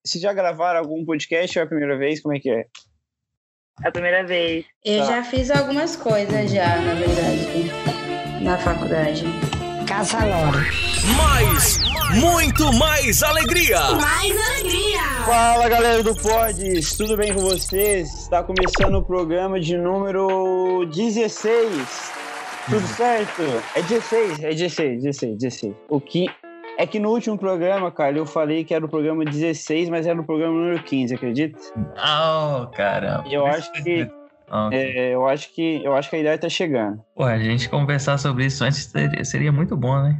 Vocês já gravaram algum podcast ou é a primeira vez? Como é que é? É a primeira vez. Eu já fiz algumas coisas já, na verdade, na faculdade. Casa Lore. Muito mais alegria! Mais alegria! Fala, galera do Pods, tudo bem com vocês? Está começando o programa de número 16. Tudo certo? É 16. O que é que no último programa, cara, eu falei que era o programa 16, mas era o programa número 15, acredita? Oh, caramba. Eu acho que eu acho que a ideia tá chegando. Pô, a gente conversar sobre isso antes seria muito bom, né?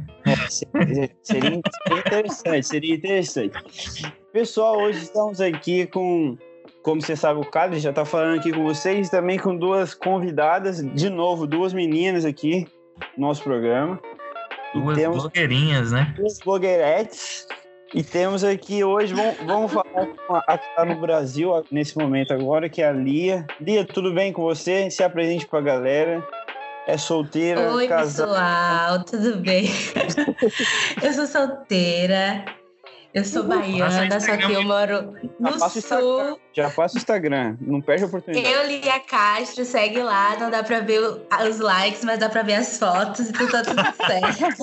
Seria interessante. Pessoal, hoje estamos aqui com, como você sabe, o Carlos já tá falando aqui com vocês, também com duas convidadas, de novo, duas meninas aqui no nosso programa. Duas blogueirinhas, né? Duas blogueiretes. E temos aqui hoje, vamos falar com a que está no Brasil nesse momento agora, que é a Lia. Lia, tudo bem com você? Se apresente pra galera. É solteira, Oi, casada? pessoal, tudo bem? Eu sou solteira, eu sou baiana, só que eu moro no sul. Já passa o Instagram, não perde a oportunidade. Eu, Lia Castro, segue lá, não dá pra ver os likes, mas dá pra ver as fotos, então tá tudo certo.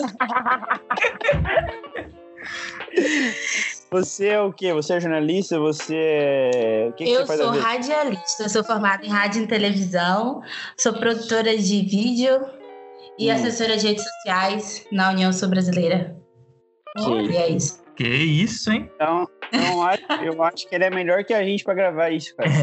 Você é o quê? Você é jornalista? Você é... Eu sou radialista, sou formada em rádio e televisão, sou produtora de vídeo e assessora de redes sociais na União Sul Brasileira. E é isso. Que isso, hein? Então, eu acho que ele é melhor que a gente pra gravar isso, cara.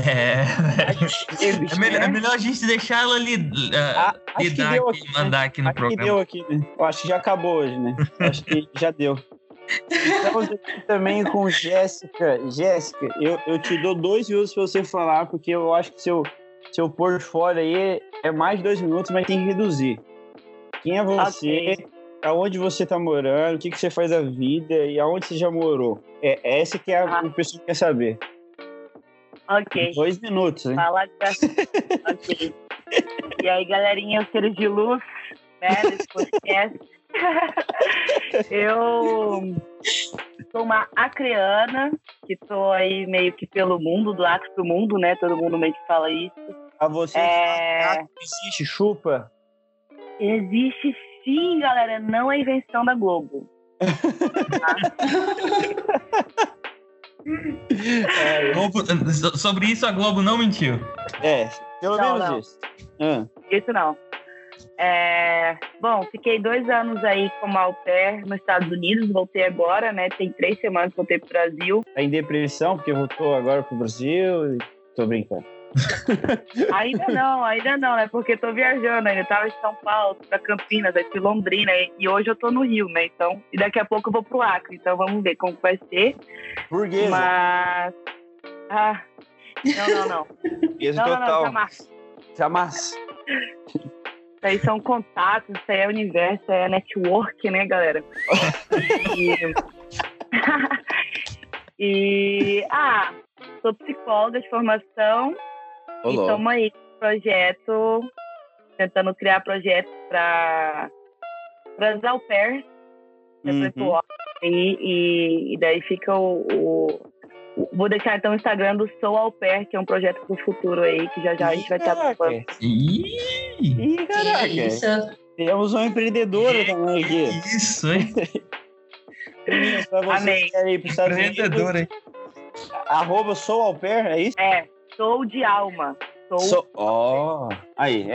É melhor a gente deixar ela ali lidar aqui e mandar aqui no programa. Deu aqui, né? Eu acho que já acabou hoje, né? Eu acho que já deu. Estamos aqui também com Jéssica. Jéssica, eu te dou 2 minutos para você falar, porque eu acho que seu portfólio aí é mais de 2 minutos, mas tem que reduzir. Quem é você? Okay. Aonde você tá morando? O que você faz da vida? E aonde você já morou? É essa que é a pessoa que quer saber. Ok. 2 minutos, hein? Fala ok. E aí, galerinha, os seres de luz, né, desse podcast. Eu sou uma acreana que tô aí meio que pelo mundo, do Acre pro mundo, né? Todo mundo meio que fala isso. A você existe chupa? Existe sim, galera. Não é invenção da Globo. Sobre isso a Globo não mentiu. Pelo menos isso. Isso não. Bom, fiquei 2 anos aí como au pair nos Estados Unidos, voltei agora, né? Tem 3 semanas que voltei pro Brasil. Tá em depressão porque voltou agora pro Brasil? Tô brincando. Ainda não, né? Porque tô viajando ainda. Tava em São Paulo, pra Campinas, aí fui Londrina e hoje eu tô no Rio, né? Então, e daqui a pouco eu vou pro Acre, então vamos ver como vai ser. Burguesa. Mas... Não. Burguesa total. Jamais. Isso aí são contatos, isso aí é universo, isso aí é network, né, galera? Sou psicóloga de formação e estamos aí com projeto, tentando criar projetos para as au pairs, e daí fica vou deixar então o Instagram do Sou Au Pair, que é um projeto pro futuro aí, que já a gente vai estar participando. Ih, caraca! Isso. Temos uma empreendedora também aqui. Isso, hein? Pra você que quer ir pros Estados Unidos, empreendedora, hein? @Sou Au Pair, é isso? Sou de alma. Aí,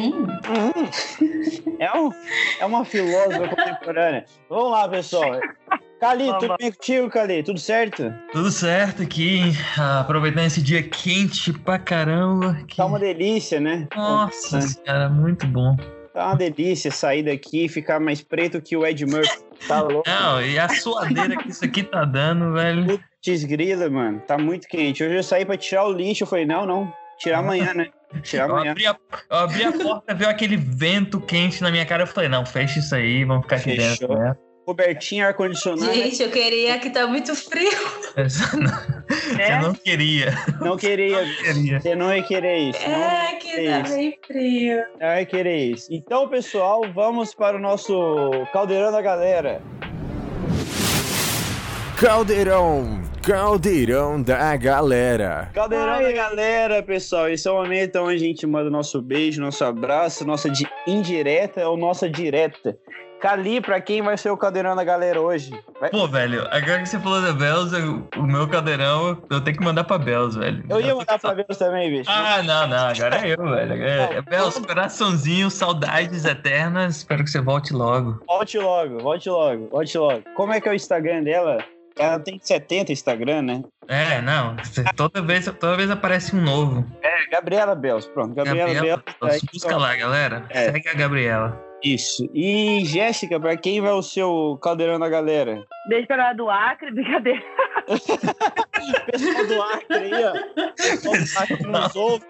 é uma filósofa contemporânea. Vamos lá, pessoal. Cali, tudo bem contigo, Cali? Tudo certo? Tudo certo aqui, aproveitando esse dia quente pra caramba. Tá uma delícia, né? Nossa cara, muito bom. Tá uma delícia sair daqui e ficar mais preto que o Ed Murphy. Tá louco? Não, e a suadeira que isso aqui tá dando, velho. Putz grila, mano. Tá muito quente. Hoje eu saí pra tirar o lixo. Eu falei, não. Tirar amanhã, né? Eu abri a porta, veio aquele vento quente na minha cara. Eu falei, não, fecha isso aí, vamos ficar aqui dentro, né? Cobertinha, ar-condicionado. Gente, eu queria que tá muito frio. Você não queria. Não queria. Você não ia querer isso. Que tá bem frio. Não ia querer isso. Então, pessoal, vamos para o nosso Caldeirão da Galera. Caldeirão Caldeirão da Galera. Caldeirão da Galera, pessoal. Esse é o momento onde a gente manda nosso beijo, nosso abraço, nossa indireta ou nossa direta. Cali, pra quem vai ser o Caldeirão da Galera hoje? Pô, velho, agora que você falou da Bells, o meu caldeirão, eu tenho que mandar pra Bells, velho. Eu ia mandar pra Bells também, bicho. Não, agora é eu, velho. É Bells, coraçãozinho, saudades eternas, espero que você volte logo. Volte logo. Como é que é o Instagram dela? Ela tem 70 Instagram, né? Toda vez aparece um novo. Gabriela Bells, pronto. Gabriela Bells. Busca lá, galera. Segue a Gabriela. Isso. E Jéssica, pra quem vai o seu Caldeirão da Galera? Beijo pra lá do Acre, brincadeira. Pessoal do Acre aí, ó. Pessoal do Acre que nos ouve.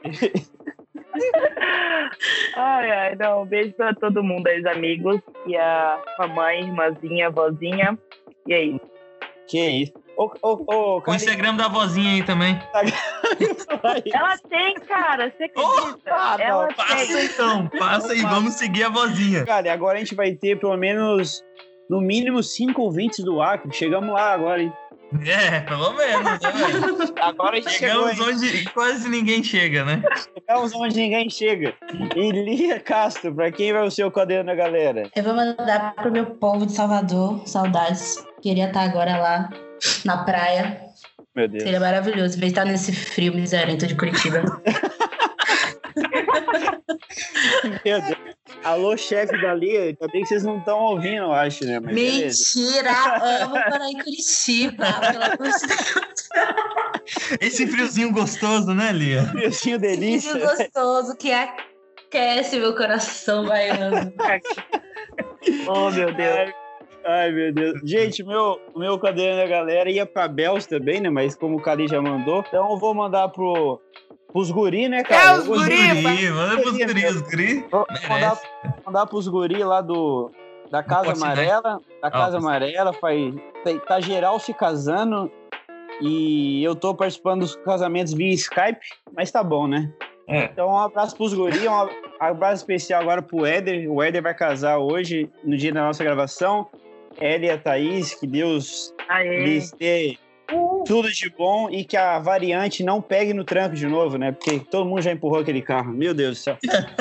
Não. Beijo pra todo mundo aí, os amigos. E a mamãe, irmãzinha, vozinha. E aí? Que isso? O Instagram da vozinha aí também. Ela tem, cara. Você acredita? Ela tem. Passa e vamos seguir a vozinha. Cara, e agora a gente vai ter pelo menos, no mínimo, 5 ouvintes do Acre. Chegamos lá agora, hein? Pelo menos, né, velho? Agora a gente chegamos onde quase ninguém chega, né? Chegamos onde ninguém chega. E Lia Castro, pra quem vai o seu Caldeirão da Galera? Eu vou mandar pro meu povo de Salvador, saudades. Queria estar agora lá na praia. Meu Deus. Seria maravilhoso, em vez de estar nesse frio miserento de Curitiba. Meu Deus. Alô, chefe da Lia, ainda bem que vocês não estão ouvindo, eu acho, né? Mas mentira! Amo para em Curitiba, pelo amor de Deus. Esse friozinho gostoso, né, Lia? Friozinho delícia. Friozinho gostoso que aquece meu coração baiano. Oh, meu Deus. Ai, meu Deus. Gente, o meu Caldeirão da Galera ia pra Bells também, né? Mas como o Cali já mandou, então eu vou mandar pros guri, né, cara? Os guri, manda pros guri, os guri. Vou mandar pros guri lá da Casa Amarela. Da Casa Amarela, tá geral se casando e eu tô participando dos casamentos via Skype, mas tá bom, né? Então um abraço pros guri, um abraço especial agora pro Éder. O Éder vai casar hoje, no dia da nossa gravação. Ela e a Thaís, que Deus lhes dê tudo de bom e que a variante não pegue no tranco de novo, né? Porque todo mundo já empurrou aquele carro. Meu Deus do céu.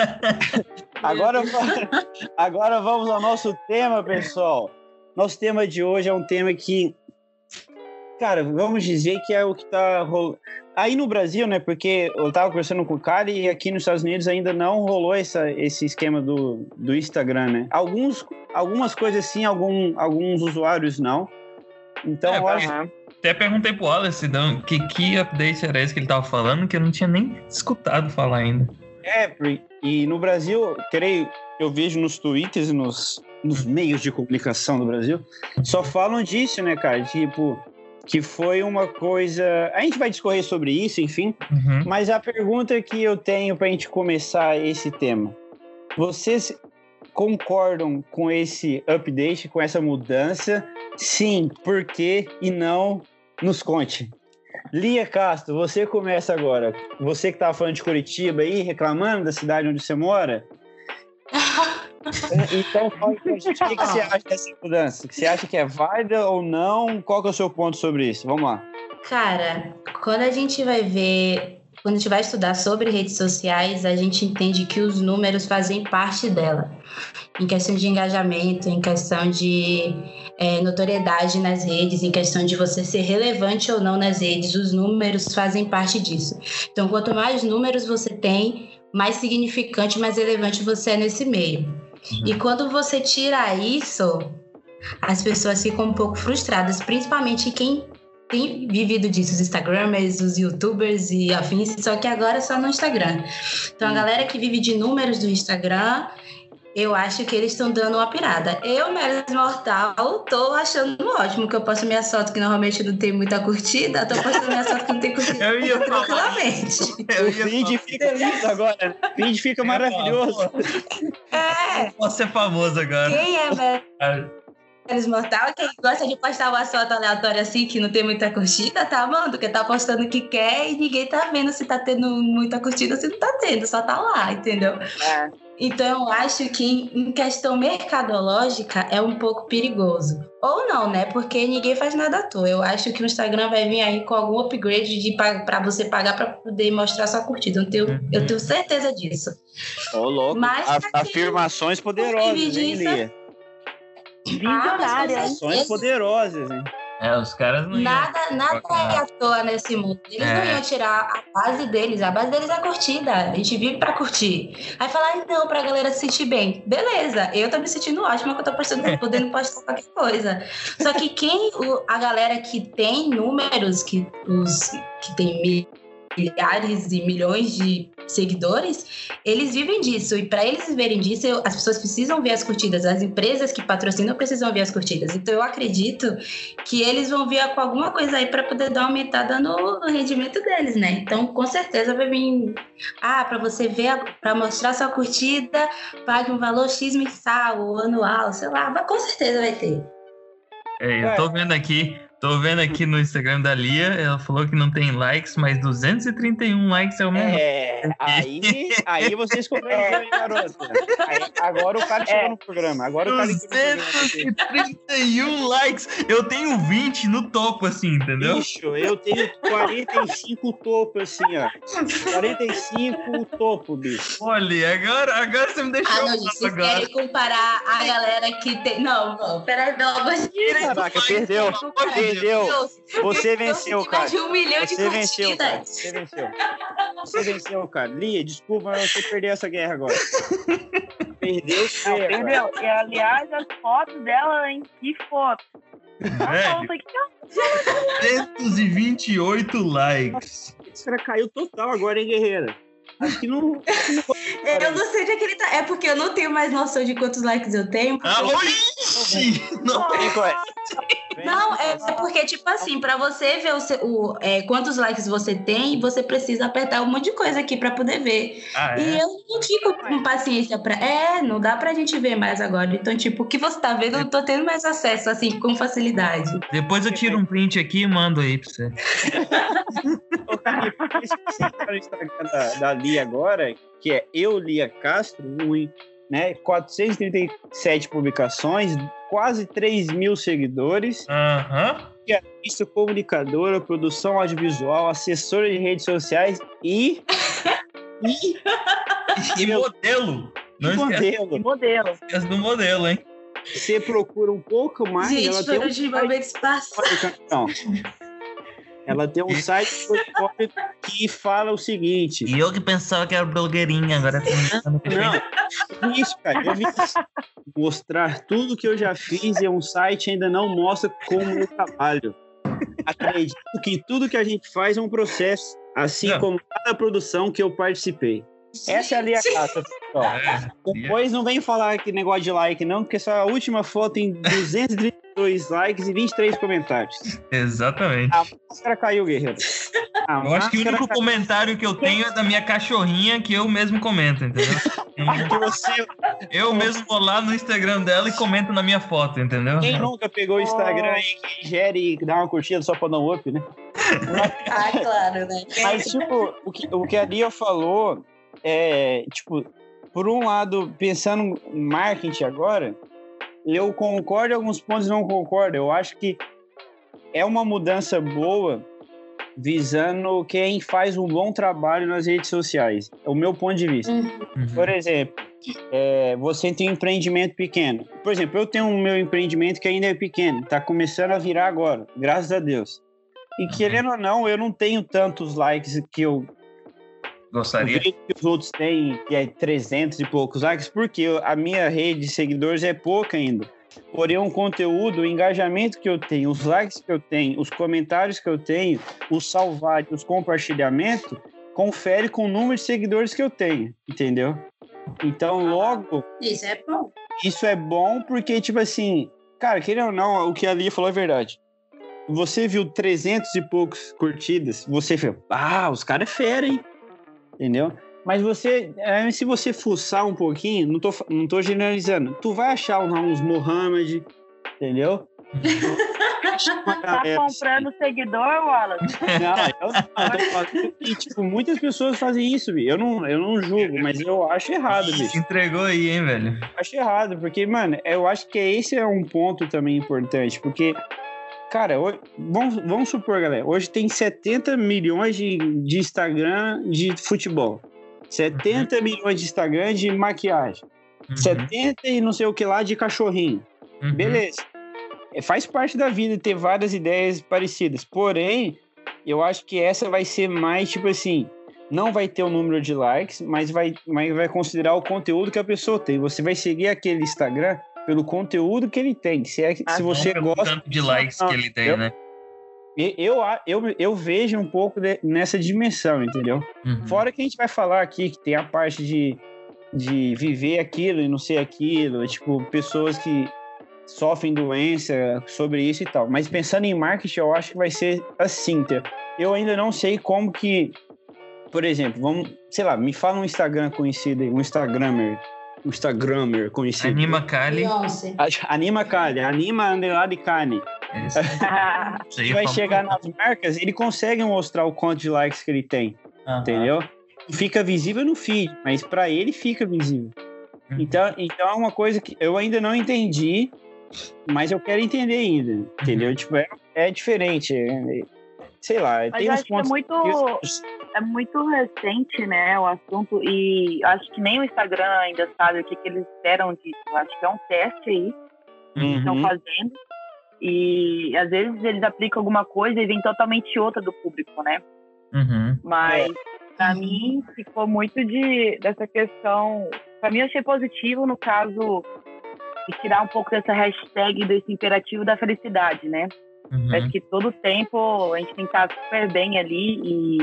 Agora vamos ao nosso tema, pessoal. Nosso tema de hoje é um tema que, cara, vamos dizer que é o que tá rolando. Aí no Brasil, né? Porque eu tava conversando com o cara e aqui nos Estados Unidos ainda não rolou esse esquema do Instagram, né? Algumas coisas sim, alguns usuários não. Então, eu acho... Até perguntei pro Wallace que update era esse que ele tava falando, que eu não tinha nem escutado falar ainda. E no Brasil, eu vejo nos tweets e nos meios de comunicação do Brasil, só falam disso, né, cara? Tipo, que foi uma coisa... A gente vai discorrer sobre isso, enfim, mas a pergunta que eu tenho pra gente começar esse tema, vocês concordam com esse update, com essa mudança? Sim, por quê? E não, nos conte. Lia Castro, você começa agora. Você que tava falando de Curitiba aí, reclamando da cidade onde você mora. Então, fala pra gente, o que você acha dessa mudança? Você acha que é válida ou não? Qual que é o seu ponto sobre isso? Vamos lá. Cara, quando a gente vai estudar sobre redes sociais, a gente entende que os números fazem parte dela. Em questão de engajamento, em questão de notoriedade nas redes, em questão de você ser relevante ou não nas redes, os números fazem parte disso. Então, quanto mais números você tem, mais significante, mais relevante você é nesse meio. E quando você tira isso, as pessoas ficam um pouco frustradas, principalmente quem tem vivido disso, os Instagramers, os YouTubers e afins, só que agora é só no Instagram. Então, a galera que vive de números do Instagram, eu acho que eles estão dando uma pirada. Eu, Melis Mortal, tô achando ótimo que eu posto minha foto que normalmente não tem muita curtida, tô postando minha foto que não tem curtida tranquilamente. O feed fica lindo agora. O feed fica maravilhoso. Posso ser famoso agora. Quem é, velho? mortal, quem gosta de postar uma foto aleatória assim, que não tem muita curtida, tá amando, porque tá postando o que quer e ninguém tá vendo se tá tendo muita curtida ou se não tá tendo, só tá lá, entendeu? Então, eu acho que em questão mercadológica é um pouco perigoso. Ou não, né? Porque ninguém faz nada à toa. Eu acho que o Instagram vai vir aí com algum upgrade para você pagar para poder mostrar sua curtida. Eu tenho certeza disso. Ô, louco. Mas, afirmações poderosas, hein, Lia? Afirmações poderosas, hein? Os caras não Nada é à toa nesse mundo. Eles não iam tirar a base deles. A base deles é a curtida. A gente vive pra curtir. Aí falar, então, pra galera se sentir bem. Beleza, eu tô me sentindo ótima que eu tô podendo postar qualquer coisa. Só que a galera que tem números, que tem milhares e milhões de seguidores, eles vivem disso. E para eles viverem disso, as pessoas precisam ver as curtidas. As empresas que patrocinam precisam ver as curtidas. Então eu acredito que eles vão vir com alguma coisa aí para poder dar uma aumentada no rendimento deles, né? Então com certeza vai vir para você ver, para mostrar sua curtida, pague um valor X mensal ou anual, sei lá, mas com certeza vai ter. Eu tô vendo aqui no Instagram da Lia, ela falou que não tem likes, mas 231 likes é o mesmo. Aí vocês conversaram, garota. Agora o cara chegou no programa. 231 likes. Eu tenho 20 no topo, assim, entendeu? Bicho, eu tenho 45 topo, assim, ó. 45 topo, bicho. Olha, agora você me deixou. Não, vocês querem comparar a galera que tem... Não, peraí, pelo amor de Deus. Caraca, perdeu. Você venceu, cara. De 1 milhão de curtidas. Você venceu, cara. Lia, desculpa, mas você perdeu essa guerra agora. Perdeu. Perdeu. E, aliás, as fotos dela, hein? Que foto. 228 likes. Esse cara caiu total agora, hein, guerreira? Acho que não... Eu não sei onde é que ele tá. É porque eu não tenho mais noção de quantos likes eu tenho. Não, é porque, tipo assim, pra você ver quantos likes você tem, você precisa apertar um monte de coisa aqui pra poder ver. E eu não fico com paciência pra... não dá pra gente ver mais agora. Então, tipo, o que você tá vendo, eu tô tendo mais acesso, assim, com facilidade. Depois eu tiro um print aqui e mando aí pra você. Ô, Camille, você tá no Instagram da Lia agora, que é Eu, Lia Castro, né? 437 publicações, quase 3 mil seguidores. Pianista, comunicadora, produção audiovisual, assessora de redes sociais e modelo. Modelo. Esquece do modelo, hein? Você procura um pouco mais. Gente, ela foi de momentos passados. Ela tem um site que fala o seguinte. E eu que pensava que era blogueirinha, agora... Não, isso, cara. Eu vim mostrar tudo que eu já fiz e um site ainda não mostra como eu trabalho. Acredito que tudo que a gente faz é um processo, assim como cada produção que eu participei. Essa é a Lia Castro, pessoal. Depois não vem falar que negócio de like, não, porque só a última foto tem 232 likes e 23 comentários. Exatamente. A máscara caiu, guerreiro. Eu acho que o único comentário que eu tenho é da minha cachorrinha, que eu mesmo comento, entendeu? Eu mesmo vou lá no Instagram dela e comento na minha foto, entendeu? Quem nunca pegou o Instagram aí que gere e dá uma curtida só pra dar um up, né? Claro, né? Mas, tipo, o que a Lia falou... tipo, por um lado, pensando em marketing agora, eu concordo em alguns pontos e não concordo. Eu acho que é uma mudança boa visando quem faz um bom trabalho nas redes sociais. É o meu ponto de vista. Por exemplo, você tem um empreendimento pequeno. Por exemplo, eu tenho o meu empreendimento que ainda é pequeno. Está começando a virar agora, graças a Deus. E querendo ou não, eu não tenho tantos likes que eu gostaria. Que os outros têm, que é 300 e poucos likes, porque a minha rede de seguidores é pouca ainda. Porém, o conteúdo, o engajamento que eu tenho, os likes que eu tenho, os comentários que eu tenho, os salvar, os compartilhamentos, confere com o número de seguidores que eu tenho, entendeu? Então, logo... Isso é bom. Isso é bom porque, tipo assim, cara, querendo ou não, o que a Lia falou é verdade. Você viu 300 e poucos curtidas, você viu, os caras é fera, hein? Entendeu? Mas se você fuçar um pouquinho, não tô generalizando, tu vai achar uns Mohamed, entendeu? Tá comprando seguidor, Wallace? Não, eu tô falando que, tipo, muitas pessoas fazem isso, bicho. Eu não julgo, mas eu acho errado, bicho. Entregou aí, hein, velho? Acho errado, porque, mano, eu acho que esse é um ponto também importante, porque, cara, vamos supor, galera, hoje tem 70 milhões de Instagram de futebol, 70 milhões de Instagram de maquiagem, 70 e não sei o que lá de cachorrinho. Beleza. Faz parte da vida ter várias ideias parecidas. Porém, eu acho que essa vai ser mais, tipo assim, não vai ter o número de likes, mas vai considerar o conteúdo que a pessoa tem. Você vai seguir aquele Instagram pelo conteúdo que ele tem. Se você gosta... tanto de likes que ele tem, né? Eu vejo um pouco nessa dimensão, entendeu? Fora que a gente vai falar aqui que tem a parte de viver aquilo e não ser aquilo. Tipo, pessoas que sofrem doença sobre isso e tal. Mas pensando em marketing, eu acho que vai ser assim, tá? Eu ainda não sei como que... Por exemplo, sei lá, me fala um Instagram conhecido aí, um Instagrammer conhecido. Anima Kali. Anima Kali, Anima Underline Kali. Você vai chegar nas marcas, ele consegue mostrar o quanto de likes que ele tem, entendeu? Fica visível no feed, mas para ele fica visível. Então é uma coisa que eu ainda não entendi, mas eu quero entender ainda, entendeu? Tipo, é diferente, sei lá. Mas tem eu uns acho pontos que é muito recente, né, o assunto, e acho que nem o Instagram ainda sabe o que eles esperam disso. Eu acho que é um teste aí que estão fazendo, e às vezes eles aplicam alguma coisa e vem totalmente outra do público, né? Mas pra mim ficou muito dessa questão. Pra mim eu achei positivo no caso de tirar um pouco dessa hashtag, desse imperativo da felicidade, né? Acho que todo tempo a gente tem que estar super bem ali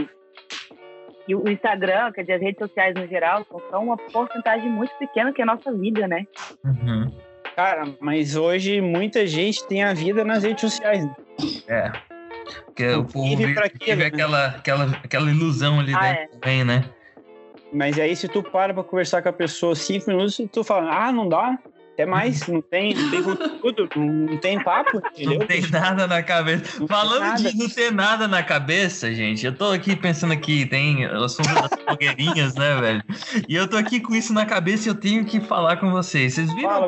e o Instagram, quer dizer, as redes sociais no geral, são uma porcentagem muito pequena que é a nossa vida, né? Cara, mas hoje muita gente tem a vida nas redes sociais. Né? Porque o povo vive aquela ilusão ali dentro também, né? Mas aí se tu para pra conversar com a pessoa 5 minutos, tu fala, não dá, até mais, não tem conteúdo, não tem papo, entendeu? Não tem nada na cabeça. Falando de não ter nada na cabeça, gente, eu tô aqui pensando que tem o assunto das blogueirinhas, né, velho? E eu tô aqui com isso na cabeça e eu tenho que falar com vocês. Vocês viram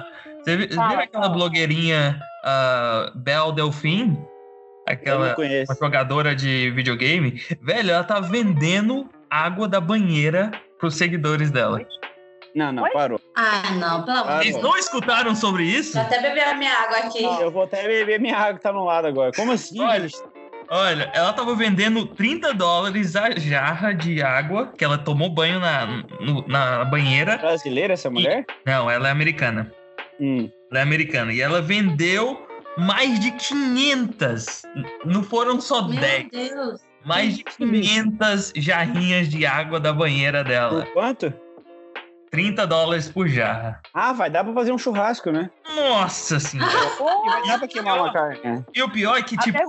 aquela blogueirinha Belle Delphine? Aquela uma jogadora de videogame? Velho, ela tá vendendo água da banheira pros seguidores dela. Não, parou. Não, pelo amor. Vocês não escutaram sobre isso? Vou até beber a minha água aqui. Eu vou até beber minha água que tá no lado agora. Como assim? Olha, ela tava vendendo $30 a jarra de água, que ela tomou banho na banheira. Brasileira essa mulher? Não, ela é americana. Ela é americana. E ela vendeu mais de 500. Não foram só 10. Meu Deus. Mais de 500 jarrinhas de água da banheira dela. Por quanto? $30 por jarra. Vai dar pra fazer um churrasco, né? Nossa senhora. E vai dar pra queimar uma carne. E o pior é que, tipo,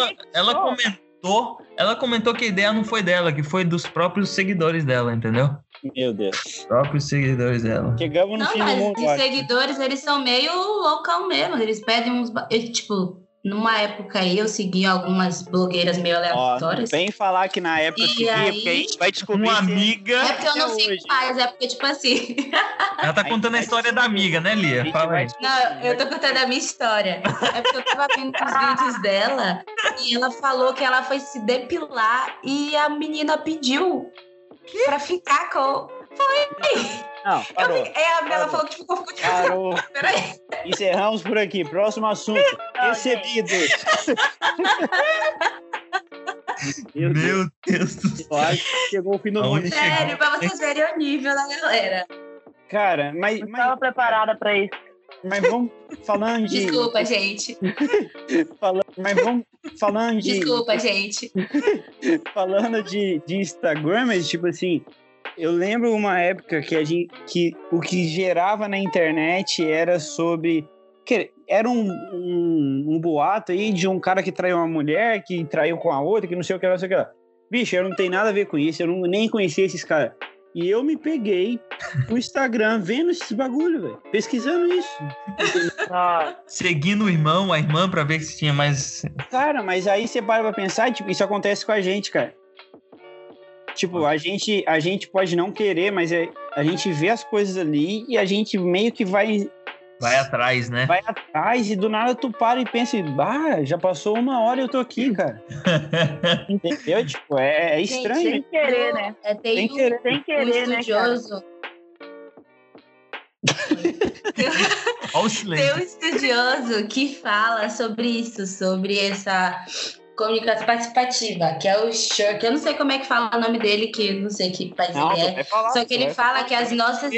ela comentou que a ideia não foi dela, que foi dos próprios seguidores dela, entendeu? Meu Deus. Próprios seguidores dela. Chegamos no fim do mundo. Os seguidores, eles são meio loucão mesmo. Eles pedem uns... numa época aí, eu segui algumas blogueiras meio aleatórias. Vem falar que na época eu segui, porque a gente vai descobrir. Uma amiga... É porque eu não sigo mais, é porque, tipo assim... Ela tá contando a história da amiga, né, Lia? Fala aí. Não, eu tô contando a minha história. É porque eu tava vendo os vídeos dela e ela falou que ela foi se depilar e a menina pediu pra ficar com... Foi! Não, parou. Ela falou que ficou tipo... Parou. Peraí. Encerramos por aqui. Próximo assunto. Recebidos. Meu Deus do céu. Acho que chegou o fim do mundo. Sério, pra vocês verem o nível da galera. Cara, mas... Não estava preparada pra isso. Mas vamos falando de... Desculpa, gente. Desculpa, gente. Falando de Instagram, mas tipo assim... Eu lembro uma época que o que gerava na internet era sobre... Era um boato aí de um cara que traiu uma mulher, que traiu com a outra, que não sei o que lá. Bicho, eu não tenho nada a ver com isso, eu nem conhecia esses caras. E eu me peguei no Instagram vendo esses bagulho, velho. Pesquisando isso. Seguindo o irmão, a irmã, pra ver se tinha mais... Cara, mas aí você para pra pensar, tipo, isso acontece com a gente, cara. Tipo, a gente pode não querer, mas a gente vê as coisas ali e a gente meio que vai atrás, né? Vai atrás e do nada tu para e pensa, já passou 1 hora e eu tô aqui, cara. Entendeu? Tipo, é estranho. Sem querer, né? Tem sem querer, né, estudioso. Tem um estudioso que fala sobre isso, sobre essa comunicação participativa, que é o Schur, que eu não sei como é que fala o nome dele, que eu não sei que país ele é. Só que ele fala que as nossas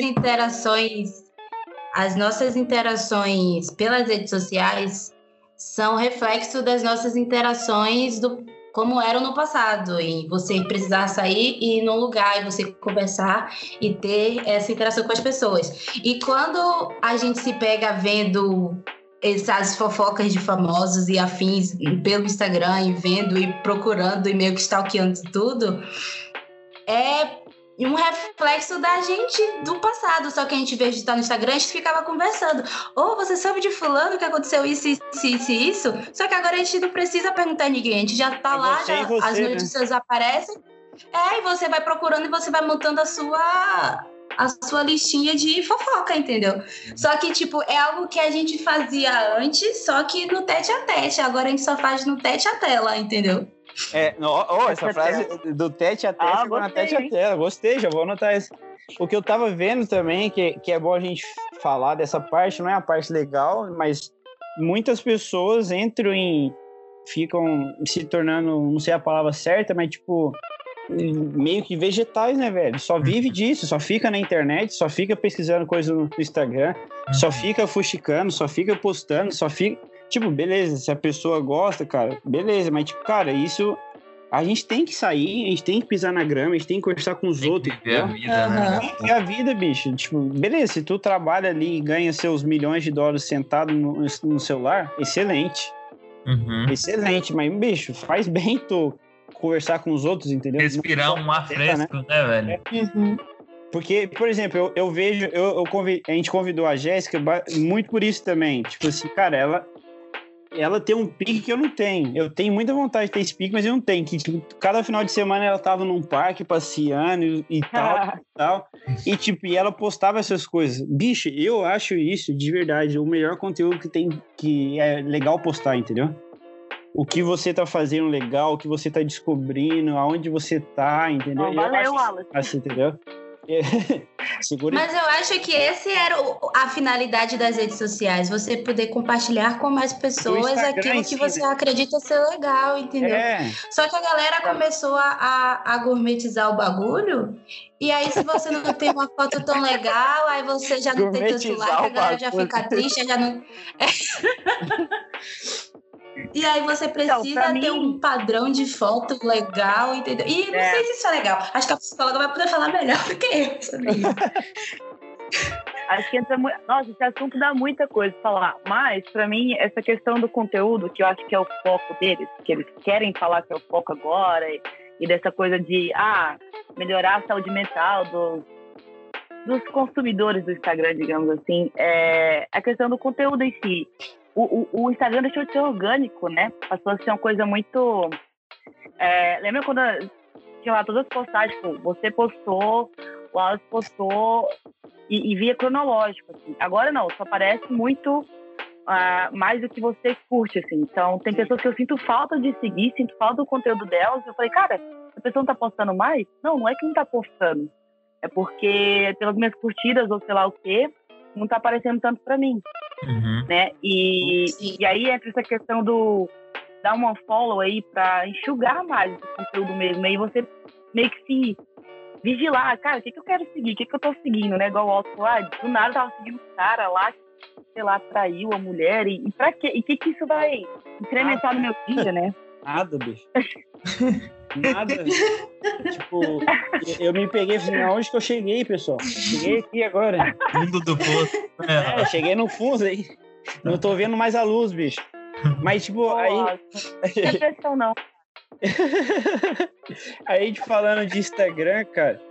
interações pelas redes sociais são reflexo das nossas interações como eram no passado, e você precisar sair e ir num lugar e você conversar e ter essa interação com as pessoas. E quando a gente se pega vendo essas fofocas de famosos e afins pelo Instagram e vendo e procurando e meio que stalkeando tudo, é um reflexo da gente do passado. Só que a gente, em vez de estar no Instagram, a gente ficava conversando. Você sabe de fulano que aconteceu isso. Só que agora a gente não precisa perguntar a ninguém. A gente já tá lá, as notícias aparecem. E você vai procurando e você vai montando a sua listinha de fofoca, entendeu? Só que, tipo, é algo que a gente fazia antes, só que no tete a tete. Agora a gente só faz no tete a tela, entendeu? Essa frase do tete a tete, na tete a tela. Gostei, já vou anotar isso. O que eu tava vendo também, que é bom a gente falar dessa parte, não é a parte legal, mas muitas pessoas ficam se tornando, não sei a palavra certa, mas tipo, meio que vegetais, né, velho? Só vive disso, só fica na internet, só fica pesquisando coisa no Instagram, só fica fuxicando, só fica postando, só fica... Tipo, beleza, se a pessoa gosta, cara, beleza, mas tipo, cara, isso... A gente tem que sair, a gente tem que pisar na grama, a gente tem que conversar com os outros. Viver a vida, né? Tem que viver a vida, bicho. Tipo, beleza, se tu trabalha ali e ganha seus milhões de dólares sentado no celular, excelente. Excelente, mas, bicho, faz bem tu conversar com os outros, entendeu? Respirar um ar fresco, né, velho? Porque, por exemplo, eu vejo, a gente convidou a Jéssica muito por isso também. Tipo assim, cara, ela tem um pique que eu não tenho. Eu tenho muita vontade de ter esse pique, mas eu não tenho. Que, tipo, cada final de semana ela tava num parque passeando e tal. E, tipo, ela postava essas coisas. Bicho, eu acho isso, de verdade, o melhor conteúdo que é legal postar, entendeu? O que você tá fazendo legal, o que você tá descobrindo, aonde você tá, entendeu? Valeu, Wallace. Assim, entendeu? Mas eu acho que esse era a finalidade das redes sociais, você poder compartilhar com mais pessoas aquilo que você acredita ser legal, entendeu? Só que a galera começou a gourmetizar o bagulho, e aí se você não tem uma foto tão legal, aí você já não tem tanto like, a galera já fica triste, já não... E aí você precisa ter um padrão de foto legal, entendeu? E não sei se isso é legal. Acho que a psicóloga vai poder falar melhor do que eu sobre isso. Acho que entra muito... Nossa, esse assunto dá muita coisa pra falar. Mas, pra mim, essa questão do conteúdo, que eu acho que é o foco deles, que eles querem falar que é o foco agora, e dessa coisa de melhorar a saúde mental dos consumidores do Instagram, digamos assim, é a questão do conteúdo em si. O Instagram deixou de ser orgânico, né? Passou a ser uma coisa muito... lembra quando tinha lá todas as postagens, tipo, você postou, o Wallace postou, e via cronológico, assim. Agora não, só aparece muito mais do que você curte, assim. Então, tem pessoas que eu sinto falta de seguir, sinto falta do conteúdo delas. Eu falei, cara, a pessoa não tá postando mais? Não é que não tá postando. É porque pelas minhas curtidas ou sei lá o quê, não tá aparecendo tanto pra mim. Né? E aí entra essa questão do dar uma follow aí pra enxugar mais esse conteúdo mesmo. Aí você meio que se vigilar, cara, o que eu quero seguir? O que eu tô seguindo, né? Igual o Otto lá, do nada eu tava seguindo um cara lá que, sei lá, traiu a mulher. E pra quê? E o que isso vai incrementar no meu dia, né? Nada, bicho. Nada. Tipo, eu me peguei e falei, aonde que eu cheguei, pessoal? Cheguei aqui agora. Fundo do poço. Cheguei no fundo aí. Não tô vendo mais a luz, bicho. Mas, tipo, aí... Não é pressão, não. Aí, falando de Instagram, cara,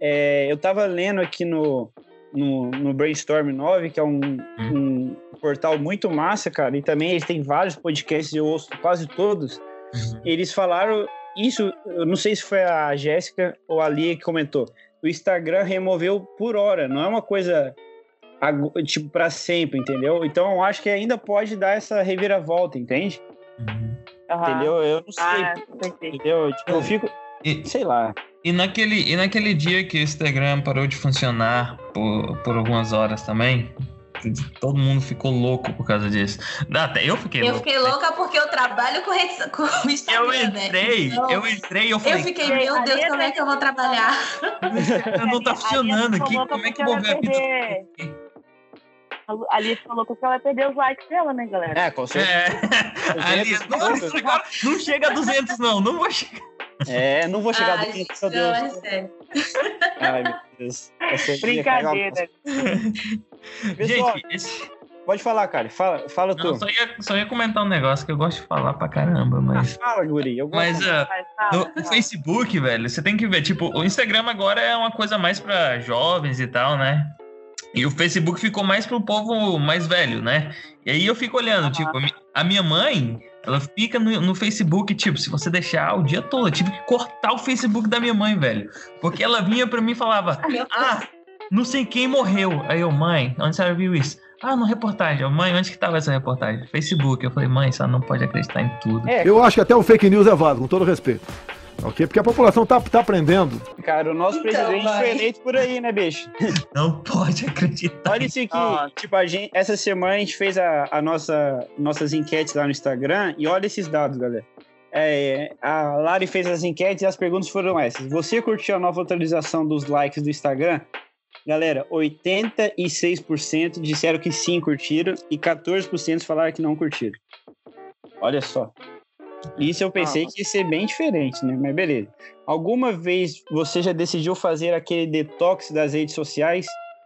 eu tava lendo aqui no Brainstorm 9, que é um portal muito massa, cara, e também eles têm vários podcasts, eu ouço quase todos. Eles falaram isso, eu não sei se foi a Jéssica ou a Lia que comentou, o Instagram removeu por hora, não é uma coisa tipo pra sempre, entendeu? Então eu acho que ainda pode dar essa reviravolta, entende? Entendeu? Eu não sei, entendeu? Tipo, eu fico, sei lá. E naquele dia que o Instagram parou de funcionar por algumas horas também, todo mundo ficou louco por causa disso. Até eu fiquei louco. Eu fiquei louca porque eu trabalho com o Instagram, eu entrei e eu falei... Eu fiquei, meu Deus, como é que eu vou trabalhar? Não tá funcionando aqui, como é que eu vou ver a vida? A Alice falou que ela vai perder os likes dela, né, galera? Com certeza. Alice, não chega a 200, não vou chegar. Não vou chegar a 200, meu Deus. Não, é sério. Ai, meu Deus. Brincadeira. Pessoal, Gente, pode falar, cara. Fala tu. Só ia comentar um negócio que eu gosto de falar pra caramba, mas... Fala, guri. No Facebook, velho, você tem que ver, tipo, o Instagram agora é uma coisa mais pra jovens e tal, né? E o Facebook ficou mais pro povo mais velho, né? E aí eu fico olhando, tipo, a minha mãe, ela fica no Facebook, tipo, se você deixar o dia todo, eu tive que cortar o Facebook da minha mãe, velho. Porque ela vinha pra mim e falava, não sei quem morreu. Aí eu, mãe, onde você viu isso? Na reportagem. Mãe, onde que tava essa reportagem? Facebook. Eu falei, mãe, você não pode acreditar em tudo. Eu acho que até o fake news é válido, com todo respeito. Ok? Porque a população tá aprendendo. Cara, o nosso presidente foi eleito por aí, né, bicho? Não pode acreditar. Olha isso aqui. Tipo, essa semana a gente fez nossas enquetes lá no Instagram e olha esses dados, galera. A Lari fez as enquetes e as perguntas foram essas. Você curtiu a nova atualização dos likes do Instagram? Galera, 86% disseram que sim, curtiram, e 14% falaram que não curtiram. Olha só. Isso eu pensei que ia ser bem diferente, né? Mas beleza. Alguma vez você já decidiu fazer aquele detox das redes sociais?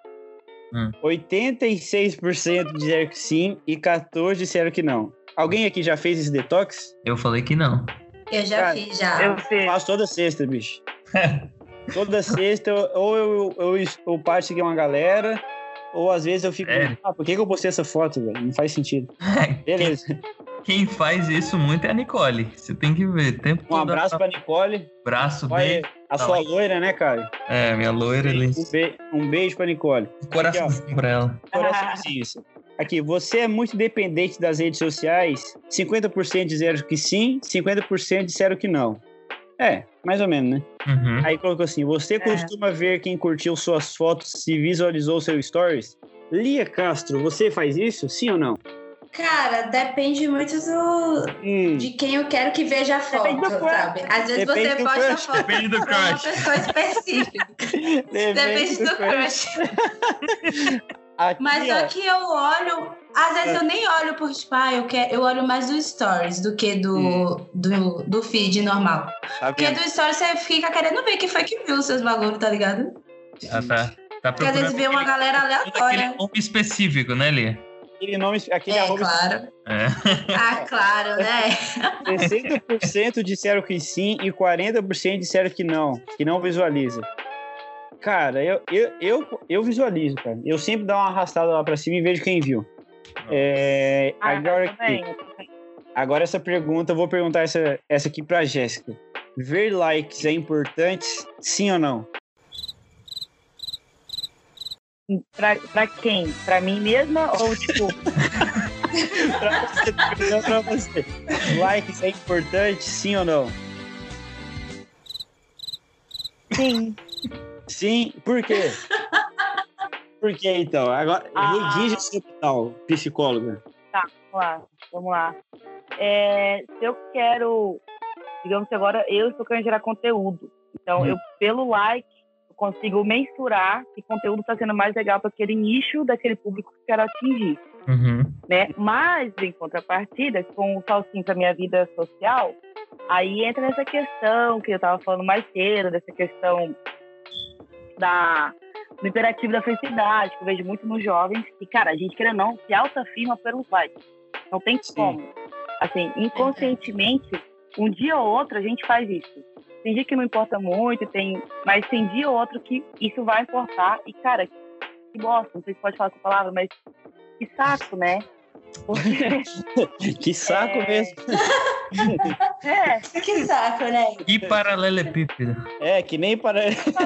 86% disseram que sim e 14% disseram que não. Alguém aqui já fez esse detox? Eu falei que não. Eu já fiz, já. Eu fiz. Faço toda sexta, bicho. Toda sexta, ou eu paro de seguir uma galera, ou às vezes eu fico... por que eu postei essa foto, velho? Não faz sentido. Beleza. Quem faz isso muito é a Nicole. Você tem que ver. Um abraço pra Nicole. Braço, beijo. A sua loira, né, cara? Minha loira ali. Um beijo pra Nicole. Coraçãozinho pra ela. Coraçãozinho. Aqui, você é muito dependente das redes sociais? 50% disseram que sim, 50% disseram que não. Mais ou menos, né? Aí colocou assim, você costuma ver quem curtiu suas fotos se visualizou seu stories? Lia Castro, você faz isso? Sim ou não? Cara, depende muito de quem eu quero que veja a foto, sabe? Às vezes você posta a foto pra uma pessoa específica. Depende do crush. Mas só que eu olho... Às vezes eu nem olho por, tipo, eu olho mais dos stories do que do feed normal. Porque do stories você fica querendo ver quem foi que viu os seus bagulhos, tá ligado? Tá porque às vezes vê uma galera aleatória. Aquele nome específico, né, Lia? Aquele claro. Claro, né? 60% disseram que sim e 40% disseram que não visualiza. Cara, eu visualizo, cara. Eu sempre dou uma arrastada lá pra cima e vejo quem viu. Agora essa pergunta, eu vou perguntar essa aqui pra Jéssica. Ver likes é importante, sim ou não? Pra quem? Pra mim mesma ou tipo... pra você. Likes é importante, sim ou não? Sim. Sim, por quê? Por que então? Agora, redige seu tal, psicóloga. Tá, vamos lá. Se eu quero, digamos que agora eu estou querendo gerar conteúdo. Então, eu, pelo like, eu consigo mensurar que conteúdo está sendo mais legal para aquele nicho daquele público que eu quero atingir. Né? Mas, em contrapartida, com o salsinho para minha vida social, aí entra nessa questão que eu estava falando mais cedo, dessa questão do imperativo da felicidade, que eu vejo muito nos jovens, e, cara, a gente, querendo ou não, se autoafirma pelos likes. Não tem como. Assim, inconscientemente, um dia ou outro a gente faz isso. Tem dia que não importa muito, mas tem dia ou outro que isso vai importar. E, cara, que bosta, não sei se pode falar essa palavra, mas que saco, né? Porque, Que saco mesmo. Que saco, né? E paralelepípedo. Que nem para.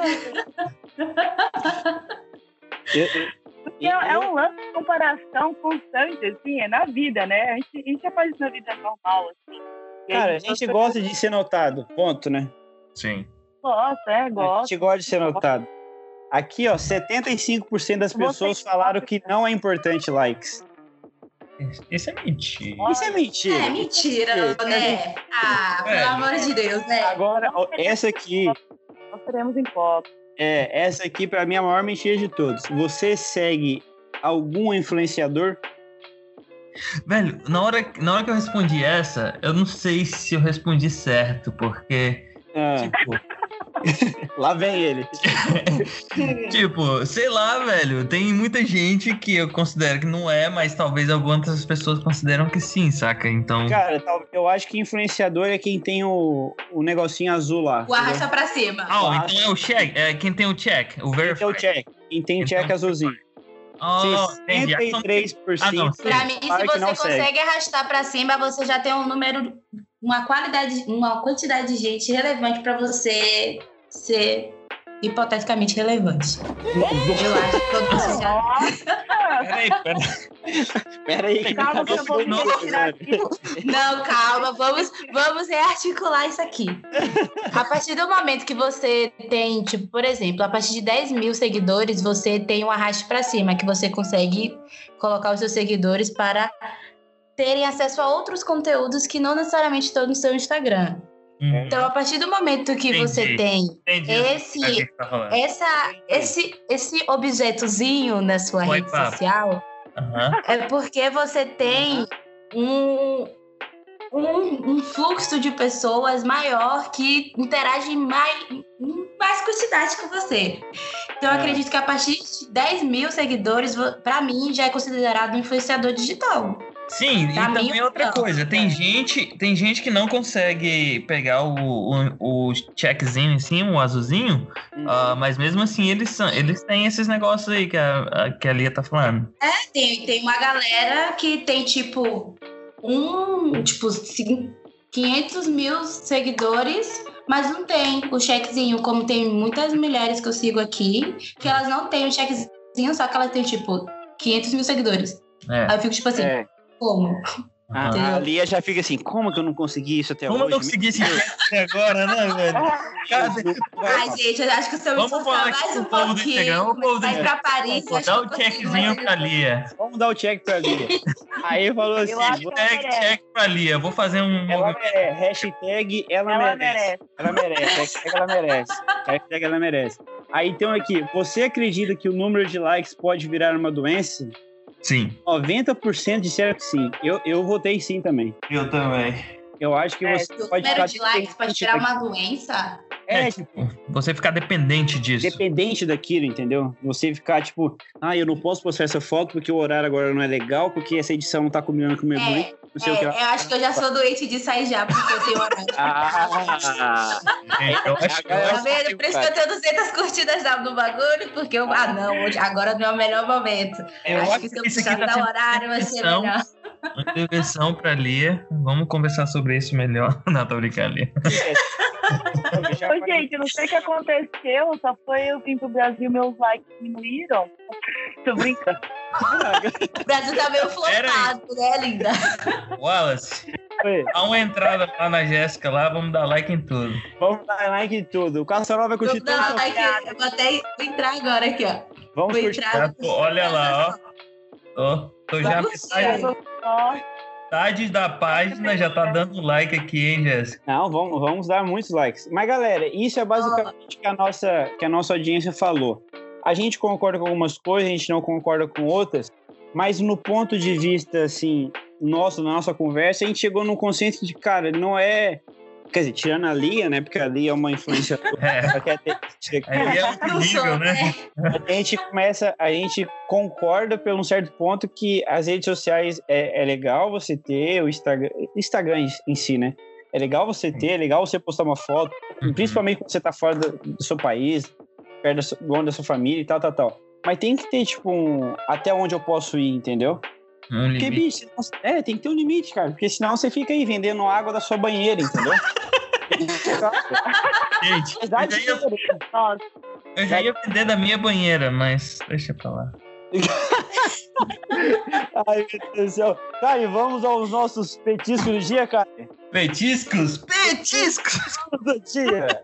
Porque é um lance de comparação constante, assim, é na vida, né? A gente já faz isso na vida normal, assim. Cara, a gente gosta de ser notado, ponto, né? Sim. Gosta, A gosta. gente gosta de ser notado. Aqui, ó, 75% das pessoas falaram que não é importante likes. Isso é mentira. Isso é mentira. É mentira, né? Ah, pelo amor de Deus, né? Agora, ó, essa aqui... Nós seremos em pop. Essa aqui, pra mim, é a maior mentira de todos. Você segue algum influenciador? Velho, na hora que eu respondi essa, eu não sei se eu respondi certo, porque, tipo... Lá vem ele. Tipo, sei lá, velho, tem muita gente que eu considero que não é, mas talvez algumas outras pessoas consideram que sim, saca? Então... Cara, eu acho que influenciador é quem tem o negocinho azul lá. O arrasta pra cima. Então é o check, quem tem o check, o verify. Quem tem o check Então, azulzinho. Entendi. 63%. Pra mim, se você consegue arrastar pra cima, você já tem um número, uma quantidade de gente relevante pra você ser hipoteticamente relevante. Eu acho que quando você já... Peraí. Calma que eu vou me retirar aqui. Não, calma, vamos rearticular isso aqui. A partir do momento que você tem, tipo, por exemplo, a partir de 10 mil seguidores, você tem um arraste pra cima, que você consegue colocar os seus seguidores para terem acesso a outros conteúdos que não necessariamente estão no seu Instagram. Então, a partir do momento que você tem esse objetozinho na sua rede social, é porque você tem um fluxo de pessoas maior que interagem mais quantidade com você. Então, eu acredito que a partir de 10 mil seguidores, pra mim, já é considerado um influenciador digital. Sim, e também outra coisa, tem gente que não consegue pegar o checkzinho em cima, o azulzinho, mas mesmo assim eles têm esses negócios aí que a Lia tá falando. Tem uma galera que tem, tipo, 500 mil seguidores, mas não tem o checkzinho, como tem muitas mulheres que eu sigo aqui, que elas não têm o checkzinho, só que elas têm, tipo, 500 mil seguidores. Aí eu fico, tipo assim... Como? A Lia já fica assim, como que eu não consegui isso até hoje? Como eu não consegui esse até agora, né, velho? Ai, gente, eu acho que se eu me esforçar mais um pouquinho, vai pra Paris, vou dar o checkzinho pra Lia. Vamos dar o check pra Lia. Aí falou assim, check pra Lia, vou fazer um... Ela merece, hashtag ela merece. Ela merece, hashtag ela merece. Hashtag ela merece. Aí então aqui, você acredita que o número de likes pode virar uma doença? Sim. 90% disseram que sim. Eu votei sim também. Eu também. Eu acho que você pode ficar... O número de likes pode virar uma doença? Tipo, você ficar dependente disso. Dependente daquilo, entendeu? Você ficar tipo, eu não posso postar essa foto porque o horário agora não é legal, porque essa edição não tá combinando com o meu bonito. Não sei o que. Eu acho que eu já sou doente de sair já, porque eu tenho horário. Tá vendo? Por isso que eu tenho 200 curtidas no bagulho, porque agora não é o melhor momento. Acho que se eu puxar no horário vai ser melhor. Uma intervenção pra Lia. Vamos conversar sobre isso melhor. Não, tô brincando, Lia. Ô, gente, eu não sei o que aconteceu, só foi eu vir pro Brasil, meus likes diminuíram. Tô brincando. O Brasil tá meio flopado, né, linda? Wallace, dá uma entrada lá na Jéssica lá, vamos dar like em tudo. Vamos dar like em tudo. O Caçarol vai curtir tudo. Eu vou até entrar agora aqui, ó. Vamos curtir. Olha lá, ó. Tô já metade da página já tá dando like aqui, hein, Jéssica? Não, vamos dar muitos likes. Mas, galera, isso é basicamente o que a nossa audiência falou. A gente concorda com algumas coisas, a gente não concorda com outras, mas no ponto de vista, assim, na nossa conversa, a gente chegou num consenso de, cara, não é... Quer dizer, tirando a Lia, né? Porque a Lia é uma influenciadora. Aí é outro nível, né? A gente concorda pelo um certo ponto que as redes sociais é legal você ter, o Instagram em si, né? É legal você ter, é legal você postar uma foto, principalmente quando você tá fora do seu país, perto longe da sua família e tal. Mas tem que ter, tipo, até onde eu posso ir, entendeu? Porque, bicho, tem que ter um limite, cara. Porque senão você fica aí vendendo água da sua banheira, entendeu? Gente, eu já ia vender da minha banheira, mas deixa pra lá. Ai, meu Deus do céu. Cara, e vamos aos nossos petiscos do dia, cara. Petiscos do dia.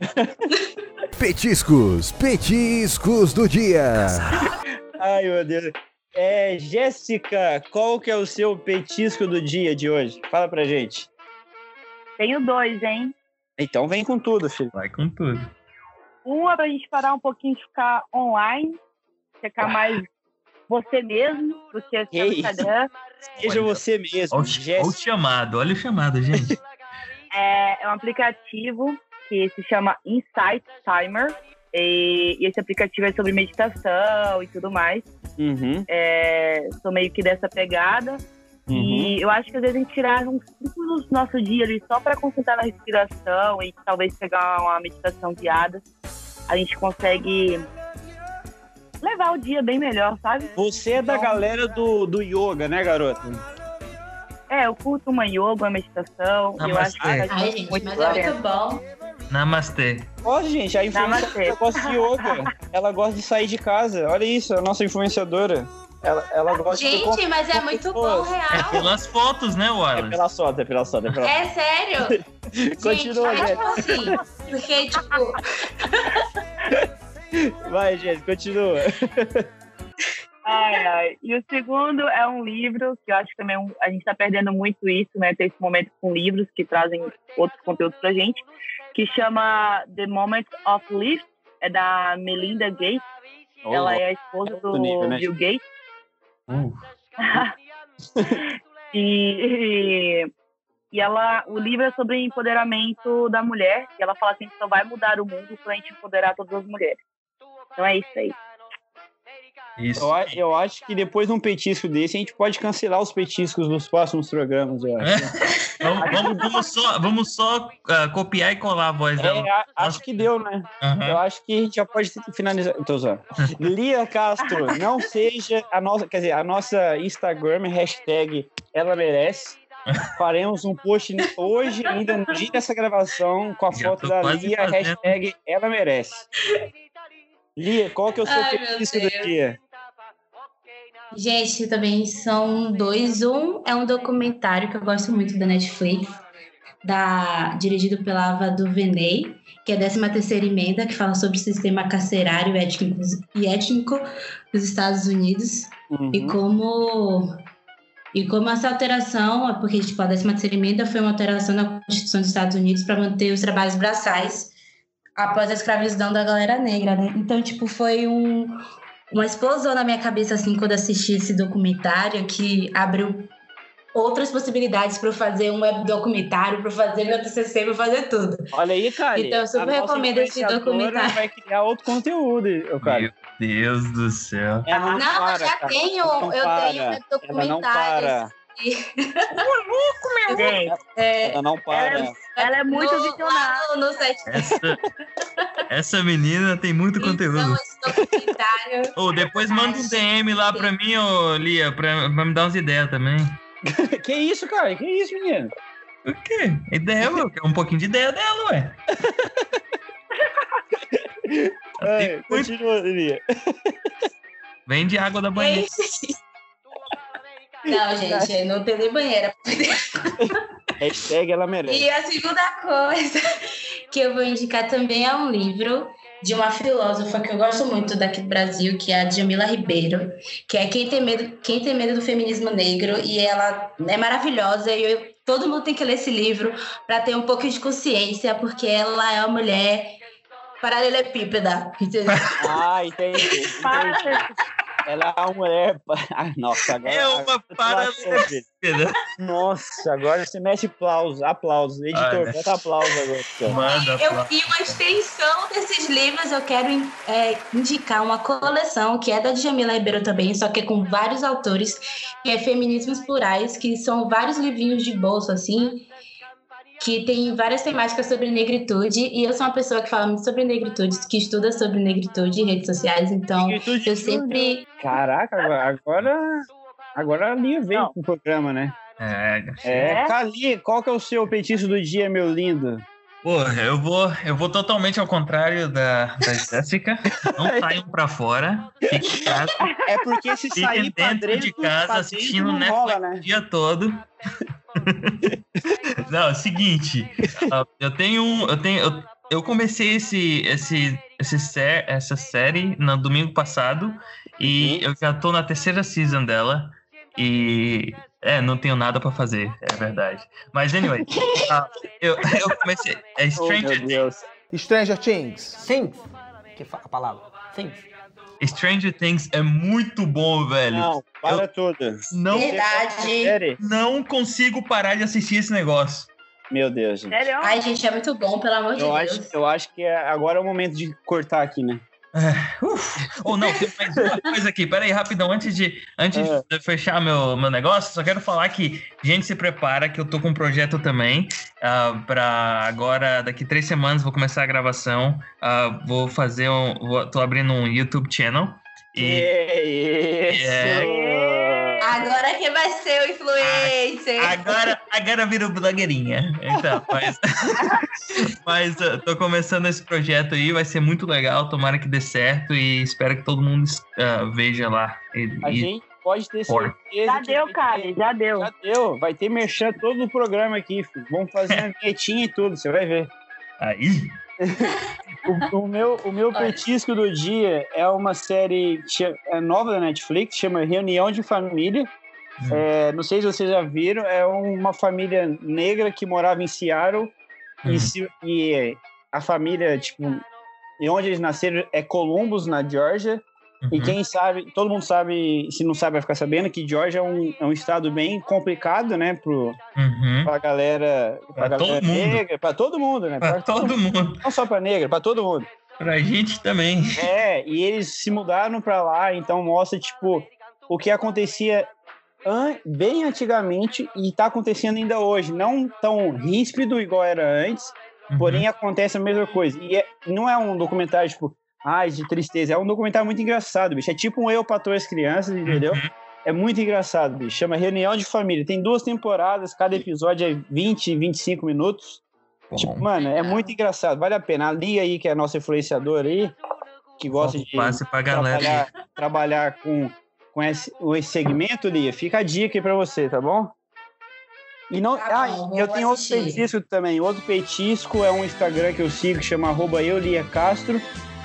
Petiscos do dia. Ai, meu Deus. Jéssica, qual que é o seu petisco do dia de hoje? Fala pra gente. Tenho 2, hein? Então vem com tudo, filho. Vai com tudo. Uma pra gente parar um pouquinho de ficar online, ficar mais você mesmo, do que no Instagram. Seja você mesmo. Olha o chamado, gente. É um aplicativo que se chama Insight Timer. E esse aplicativo é sobre meditação e tudo mais. Sou meio que dessa pegada. E eu acho que às vezes a gente tirar uns 5 minutos do nosso dia ali só para concentrar na respiração e talvez pegar uma meditação guiada, a gente consegue levar o dia bem melhor, sabe? Você é da galera do yoga, né, garota? Eu curto uma yoga, uma meditação. Namastê. Eu acho que Ai, gente, mas é muito bom. Namastê. Olha, gente, a influenciadora gosta de yoga. Ela gosta de sair de casa. Olha isso, a nossa influenciadora. Ela gosta gente, de... mas é muito bom, real. É pelas fotos, né, Wallace? É pela foto. É sério? Continua, gente. Jéssica. Assim, porque, tipo... Vai, Jéssica, continua. Ai. E o segundo é um livro, que eu acho que também a gente tá perdendo muito isso, né? Ter esse momento com livros que trazem outros conteúdos pra gente, que chama The Moment of Life, é da Melinda Gates. Ela é a esposa do nível, né? Bill Gates. E o livro é sobre empoderamento da mulher, e ela fala assim que só vai mudar o mundo quando a gente empoderar todas as mulheres. Então é isso aí. Eu acho que depois de um petisco desse, a gente pode cancelar os petiscos dos próximos programas, eu acho. Vamos só copiar e colar a voz dela. Acho que deu, né? Eu acho que a gente já pode finalizar. Tô usando. Lia Castro, não seja a nossa Instagram, hashtag ela merece. Faremos um post hoje, ainda no dia dessa gravação, com a foto da Lia, hashtag ela merece. Lia, qual que é o seu petisco do dia? Gente, também são 2. Um é um documentário que eu gosto muito da Netflix, dirigido pela Ava DuVernay, que é a 13ª emenda, que fala sobre o sistema carcerário e étnico dos Estados Unidos. E como essa alteração, porque tipo, a 13ª emenda foi uma alteração na Constituição dos Estados Unidos para manter os trabalhos braçais após a escravidão da galera negra, né? Então, tipo, foi uma explosão na minha cabeça, assim, quando assisti esse documentário, que abriu outras possibilidades para eu fazer um web documentário, para fazer meu TCC, para fazer tudo. Olha aí, cara. Então, eu super recomendo esse documentário. Vai criar outro conteúdo, cara. Meu Deus do céu. Eu tenho web documentários. Ela não para. Ela é muito visionária. No site. Essa menina tem muito conteúdo. Depois manda um DM lá pra mim, Lia, pra me dar umas ideias também. Que isso, cara? Que isso, menino? O quê? Ideia, um pouquinho de ideia dela, ué. Continua, Lia. Vende água da banheira. Não, gente, não tem nem banheira. Hashtag ela merece. E a segunda coisa que eu vou indicar também é um livro de uma filósofa que eu gosto muito daqui do Brasil, que é a Djamila Ribeiro, que é Quem Tem Medo do Feminismo Negro, e ela é maravilhosa, e todo mundo tem que ler esse livro para ter um pouco de consciência, porque ela é uma mulher paralelepípeda, entendeu? Entendi. Ela é uma mulher... Nossa, agora... É uma paralelepípeda. Nossa, agora você mete aplausos. Editor, bota aplausos agora. Manda aplausos. E uma extensão desses livros, eu quero indicar uma coleção, que é da Djamila Ribeiro também, só que é com vários autores, que é Feminismos Plurais, que são vários livrinhos de bolso, assim, que tem várias temáticas sobre negritude, e eu sou uma pessoa que fala muito sobre negritude, que estuda sobre negritude em redes sociais, então Negritude eu sempre... Caraca, agora a Lia veio pro programa, né? Lia, qual que é o seu petisco do dia, meu lindo? Pô, eu vou totalmente ao contrário da Jéssica. Não saiam pra fora. Fiquem em casa. É porque se sair pra dentro de casa assistindo não Netflix rola, né? o dia todo. Não, é o seguinte. Eu comecei essa série no domingo passado e eu já tô na 3ª season dela. E não tenho nada pra fazer, é verdade. Mas anyway, eu comecei. Stranger Things. Things. Que a palavra. Things. Stranger Things é muito bom, velho. Não, para toda. Verdade. Não consigo parar de assistir esse negócio. Meu Deus, gente. Sério? Ai, gente, é muito bom, pelo amor de Deus. Eu acho que agora é o momento de cortar aqui, né? Ou não, tem mais uma coisa aqui. Pera aí, rapidão. Antes de fechar meu negócio, só quero falar que, gente, se prepara que eu tô com um projeto também. Pra agora, daqui 3 semanas, vou começar a gravação. Tô abrindo um YouTube channel. Agora que vai ser o influencer. Agora viro blogueirinha. Então, mas tô começando esse projeto aí, vai ser muito legal, tomara que dê certo e espero que todo mundo veja lá. A gente pode ter certeza. Já deu, cara, já deu. Já deu, vai ter merchan todo o programa aqui, filho. Vamos fazer uma vinhetinha e tudo, você vai ver. Aí... O meu petisco do dia é uma série nova da Netflix, chama Reunião de Família. Não sei se vocês já viram, é uma família negra que morava em Seattle e a família, e onde eles nasceram é Columbus, na Geórgia. E quem sabe, todo mundo sabe, se não sabe vai ficar sabendo que Geórgia é um estado bem complicado, né, pra galera, negra, pra todo mundo, né? Pra todo mundo. Não só pra negra, pra todo mundo. Pra gente também. E eles se mudaram pra lá, então mostra, o que acontecia bem antigamente e tá acontecendo ainda hoje. Não tão ríspido igual era antes, porém acontece a mesma coisa. E não é um documentário, de tristeza. É um documentário muito engraçado, bicho. É tipo um Eu, Patroa e as Crianças, entendeu? É muito engraçado, bicho. Chama Reunião de Família. Tem 2 temporadas, cada episódio é 20, 25 minutos. Mano, é muito engraçado. Vale a pena. A Lia aí, que é a nossa influenciadora aí, que gosta de trabalhar com esse segmento, Lia, fica a dica aí pra você, tá bom? E não, eu tenho outro petisco também. Outro petisco é um Instagram que eu sigo, que chama @euliacastro.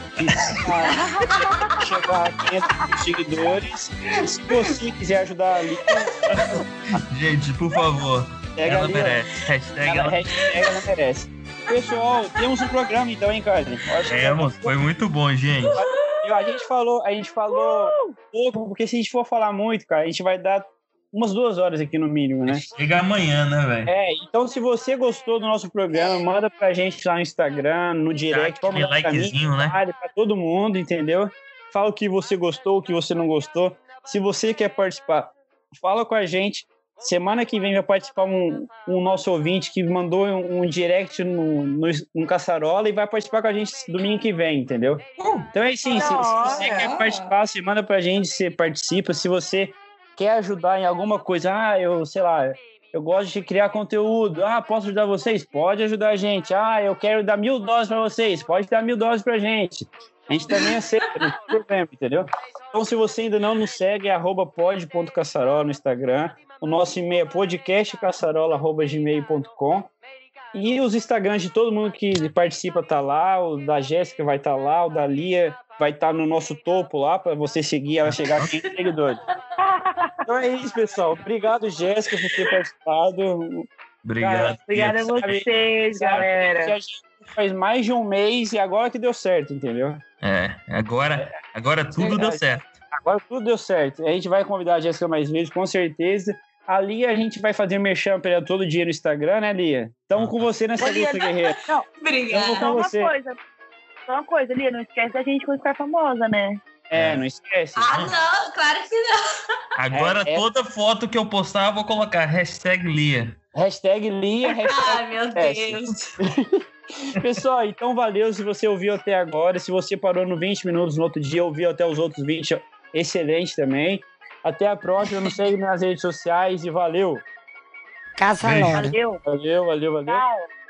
Chegar a 500 seguidores. Se você quiser ajudar a Lia, gente, por favor, ela merece. Hashtag ela merece. Pessoal, temos um programa então, hein, Carlos? Foi muito bom, gente. A gente falou pouco, porque se a gente for falar muito, cara, a gente vai dar umas 2 horas aqui no mínimo, né? Chega amanhã, né, velho? Então se você gostou do nosso programa, manda pra gente lá no Instagram, no direct, aquele likezinho, né? Pra todo mundo, entendeu? Fala o que você gostou, o que você não gostou. Se você quer participar, fala com a gente. Semana que vem vai participar um nosso ouvinte que mandou um direct no Caçarola e vai participar com a gente domingo que vem, entendeu? Então é assim, se você quer participar, você manda pra gente, você participa. Se você quer ajudar em alguma coisa, eu gosto de criar conteúdo, posso ajudar vocês? Pode ajudar a gente. Eu quero dar 1000 doses pra vocês, pode dar 1000 doses pra gente. A gente também aceita, não tem problema, entendeu? Então, se você ainda não nos segue, é @pod.caçarola no Instagram. O nosso e-mail é podcastcaçarola@gmail.com. E os Instagrams de todo mundo que participa tá lá. O da Jéssica vai estar lá, o da Lia vai estar no nosso topo lá, para você seguir, ela chegar a 500 seguidores. Então é isso, pessoal. Obrigado, Jéssica, por ter participado. Obrigado. Obrigada a vocês, galera. A gente faz mais de um mês e agora que deu certo, entendeu? Agora tudo deu certo. Agora tudo deu certo. A gente vai convidar a Jéssica mais vezes, com certeza. A Lia, a gente vai fazer merchan pra ela todo dia no Instagram, né, Lia? Estamos com você nessa luta, guerreira. Não, obrigada. Só uma coisa, Lia, não esquece da gente quando ficar famosa, né? Não esquece. Não, claro que não. Agora toda foto que eu postar, eu vou colocar #Lia. Hashtag Lia, hashtag... Ai, meu Deus. Pessoal, então valeu se você ouviu até agora. Se você parou no 20 minutos no outro dia, ouviu até os outros 20, excelente também. Até a próxima, nos segue nas redes sociais e valeu. Caça Lora. Valeu. Valeu. Tchau.